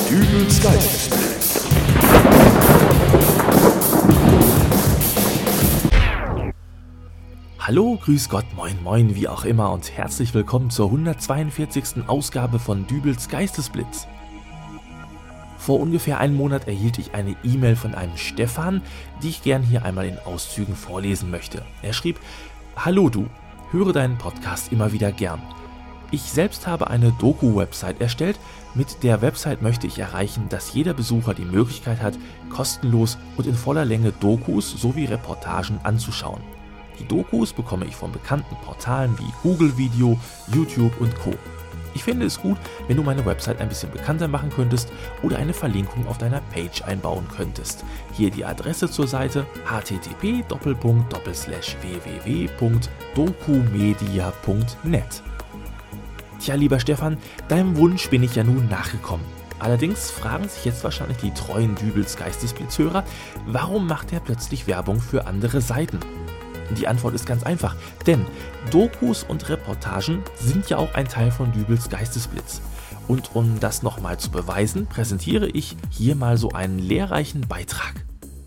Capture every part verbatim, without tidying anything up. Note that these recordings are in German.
Dübels Geistesblitz. Hallo, grüß Gott, moin moin, wie auch immer und herzlich willkommen zur hundertzweiundvierzigsten Ausgabe von Dübels Geistesblitz. Vor ungefähr einem Monat erhielt ich eine E-Mail von einem Stefan, die ich gern hier einmal in Auszügen vorlesen möchte. Er schrieb: Hallo du, höre deinen Podcast immer wieder gern. Ich selbst habe eine Doku-Website erstellt. Mit der Website möchte ich erreichen, dass jeder Besucher die Möglichkeit hat, kostenlos und in voller Länge Dokus sowie Reportagen anzuschauen. Die Dokus bekomme ich von bekannten Portalen wie Google Video, YouTube und Co. Ich finde es gut, wenn du meine Website ein bisschen bekannter machen könntest oder eine Verlinkung auf deiner Page einbauen könntest. Hier die Adresse zur Seite: h t t p doppelpunkt slash w w w punkt dokumedia punkt net. Tja, lieber Stefan, deinem Wunsch bin ich ja nun nachgekommen. Allerdings fragen sich jetzt wahrscheinlich die treuen Dübels Geistesblitzhörer, warum macht er plötzlich Werbung für andere Seiten? Die Antwort ist ganz einfach, denn Dokus und Reportagen sind ja auch ein Teil von Dübels Geistesblitz. Und um das nochmal zu beweisen, präsentiere ich hier mal so einen lehrreichen Beitrag.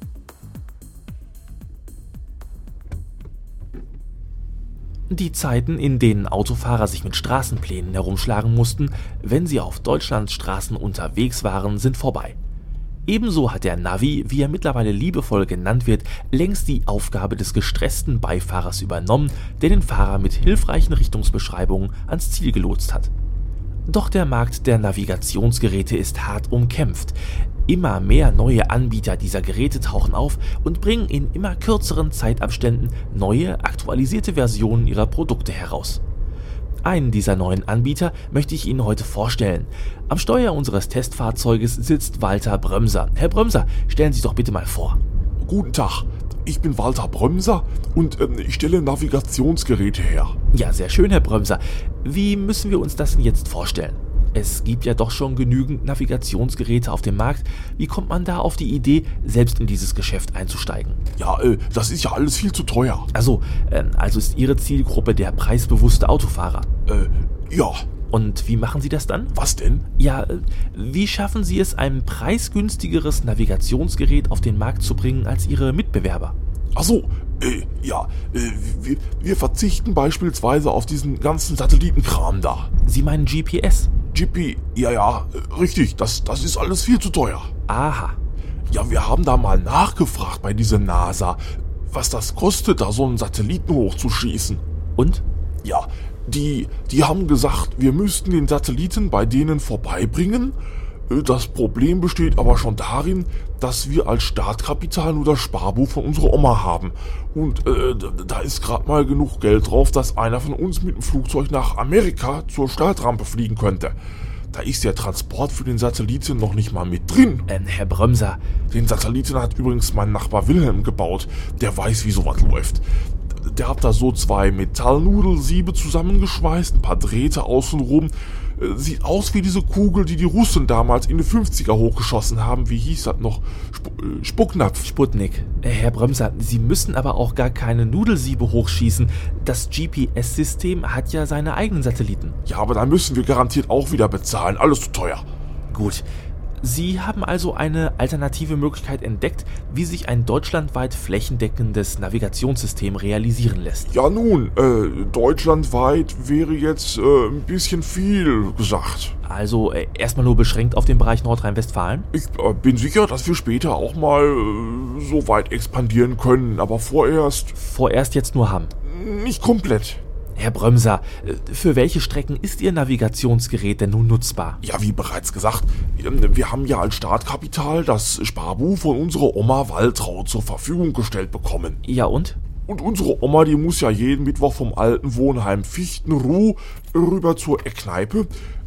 Die Zeiten, in denen Autofahrer sich mit Straßenplänen herumschlagen mussten, wenn sie auf Deutschlands Straßen unterwegs waren, sind vorbei. Ebenso hat der Navi, wie er mittlerweile liebevoll genannt wird, längst die Aufgabe des gestressten Beifahrers übernommen, der den Fahrer mit hilfreichen Richtungsbeschreibungen ans Ziel gelotst hat. Doch der Markt der Navigationsgeräte ist hart umkämpft. Immer mehr neue Anbieter dieser Geräte tauchen auf und bringen in immer kürzeren Zeitabständen neue, aktualisierte Versionen ihrer Produkte heraus. Einen dieser neuen Anbieter möchte ich Ihnen heute vorstellen. Am Steuer unseres Testfahrzeuges sitzt Walter Brömser. Herr Brömser, stellen Sie sich doch bitte mal vor. Guten Tag, ich bin Walter Brömser und äh, ich stelle Navigationsgeräte her. Ja, sehr schön, Herr Brömser. Wie müssen wir uns das denn jetzt vorstellen? Es gibt ja doch schon genügend Navigationsgeräte auf dem Markt. Wie kommt man da auf die Idee, selbst in dieses Geschäft einzusteigen? Ja, äh, das ist ja alles viel zu teuer. Also, äh, also ist Ihre Zielgruppe der preisbewusste Autofahrer? Äh, ja. Und wie machen Sie das dann? Was denn? Ja, äh, wie schaffen Sie es, ein preisgünstigeres Navigationsgerät auf den Markt zu bringen als Ihre Mitbewerber? Ach so, äh, ja, äh, wir, wir verzichten beispielsweise auf diesen ganzen Satellitenkram da. Sie meinen G P S? G P, ja, ja, äh, richtig, das, das ist alles viel zu teuer. Aha. Ja, wir haben da mal nachgefragt bei dieser NASA, was das kostet, da so einen Satelliten hochzuschießen. Und? Ja, die, die haben gesagt, wir müssten den Satelliten bei denen vorbeibringen. Das Problem besteht aber schon darin, dass wir als Startkapital nur das Sparbuch von unserer Oma haben. Und äh, da ist gerade mal genug Geld drauf, dass einer von uns mit dem Flugzeug nach Amerika zur Startrampe fliegen könnte. Da ist der Transport für den Satelliten noch nicht mal mit drin. Ähm, Herr Brömser. Den Satelliten hat übrigens mein Nachbar Wilhelm gebaut. Der weiß, wie sowas läuft. Der hat da so zwei Metallnudelsiebe zusammengeschweißt, ein paar Drähte außenrum. Sieht aus wie diese Kugel, die die Russen damals in den fünfziger hochgeschossen haben. Wie hieß das noch? Sp- äh, Spucknapf. Sputnik. Herr Brömser, Sie müssen aber auch gar keine Nudelsiebe hochschießen. Das G P S-System hat ja seine eigenen Satelliten. Ja, aber da müssen wir garantiert auch wieder bezahlen. Alles zu teuer. Gut. Sie haben also eine alternative Möglichkeit entdeckt, wie sich ein deutschlandweit flächendeckendes Navigationssystem realisieren lässt. Ja nun, äh, deutschlandweit wäre jetzt äh, ein bisschen viel gesagt. Also äh, erstmal nur beschränkt auf den Bereich Nordrhein-Westfalen? Ich äh, bin sicher, dass wir später auch mal äh, so weit expandieren können, aber vorerst... Vorerst jetzt nur haben. Nicht komplett. Herr Brömser, für welche Strecken ist Ihr Navigationsgerät denn nun nutzbar? Ja, wie bereits gesagt, wir haben ja als Startkapital das Sparbuch von unserer Oma Waltraud zur Verfügung gestellt bekommen. Ja und? Und unsere Oma, die muss ja jeden Mittwoch vom alten Wohnheim Fichtenruh rüber zur Eckkneipe,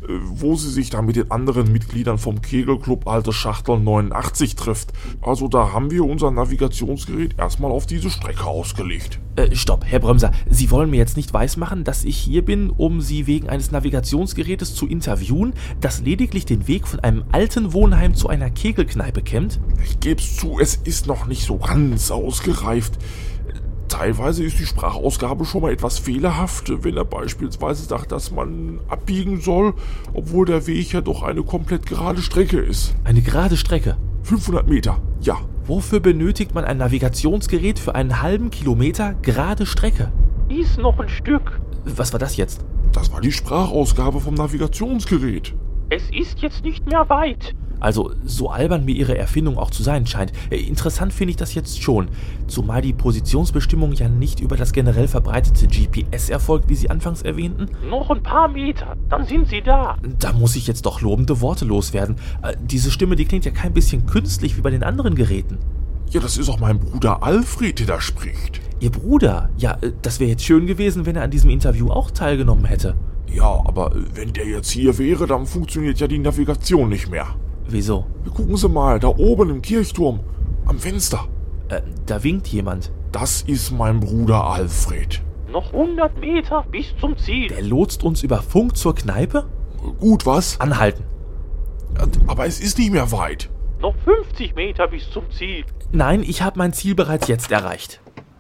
wo sie sich dann mit den anderen Mitgliedern vom Kegelclub Alte Schachtel neunundachtzig trifft. Also da haben wir unser Navigationsgerät erstmal auf diese Strecke ausgelegt. Äh, stopp, Herr Brömser, Sie wollen mir jetzt nicht weismachen, dass ich hier bin, um Sie wegen eines Navigationsgerätes zu interviewen, das lediglich den Weg von einem alten Wohnheim zu einer Kegelkneipe kennt? Ich geb's zu, es ist noch nicht so ganz ausgereift. Teilweise ist die Sprachausgabe schon mal etwas fehlerhaft, wenn er beispielsweise sagt, dass man abbiegen soll, obwohl der Weg ja doch eine komplett gerade Strecke ist. Eine gerade Strecke? fünfhundert Meter, ja. Wofür benötigt man ein Navigationsgerät für einen halben Kilometer gerade Strecke? Ist noch ein Stück. Was war das jetzt? Das war die Sprachausgabe vom Navigationsgerät. Es ist jetzt nicht mehr weit. Also, so albern mir ihre Erfindung auch zu sein scheint. Interessant finde ich das jetzt schon. Zumal die Positionsbestimmung ja nicht über das generell verbreitete G P S erfolgt, wie Sie anfangs erwähnten. Noch ein paar Meter, dann sind Sie da. Da muss ich jetzt doch lobende Worte loswerden. Diese Stimme, die klingt ja kein bisschen künstlich wie bei den anderen Geräten. Ja, das ist auch mein Bruder Alfred, der da spricht. Ihr Bruder? Ja, das wäre jetzt schön gewesen, wenn er an diesem Interview auch teilgenommen hätte. Ja, aber wenn der jetzt hier wäre, dann funktioniert ja die Navigation nicht mehr. Wieso? Gucken Sie mal, da oben im Kirchturm, am Fenster. Äh, da winkt jemand. Das ist mein Bruder Alfred. Noch hundert Meter bis zum Ziel. Der lotst uns über Funk zur Kneipe? Gut, was? Anhalten. Aber es ist nicht mehr weit. Noch fünfzig Meter bis zum Ziel. Nein, ich habe mein Ziel bereits jetzt erreicht.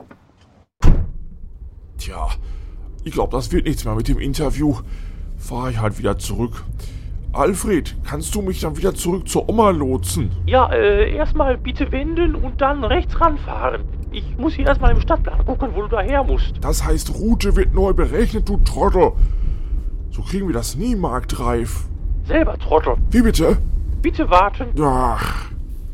Tja, ich glaube, das wird nichts mehr mit dem Interview. Fahre ich halt wieder zurück. Alfred, kannst du mich dann wieder zurück zur Oma lotsen? Ja, äh, erstmal bitte wenden und dann rechts ranfahren. Ich muss hier erstmal im Stadtplan gucken, wo du daher musst. Das heißt, Route wird neu berechnet, du Trottel. So kriegen wir das nie marktreif. Selber Trottel. Wie bitte? Bitte warten. Ach.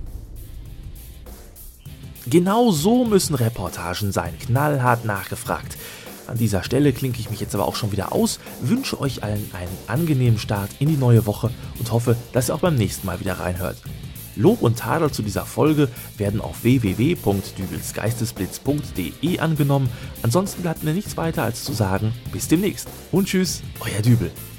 Genau so müssen Reportagen sein, knallhart nachgefragt. An dieser Stelle klinke ich mich jetzt aber auch schon wieder aus, wünsche euch allen einen angenehmen Start in die neue Woche und hoffe, dass ihr auch beim nächsten Mal wieder reinhört. Lob und Tadel zu dieser Folge werden auf w w w punkt dübelsgeistesblitz punkt d e angenommen. Ansonsten bleibt mir nichts weiter als zu sagen, bis demnächst und tschüss, euer Dübel.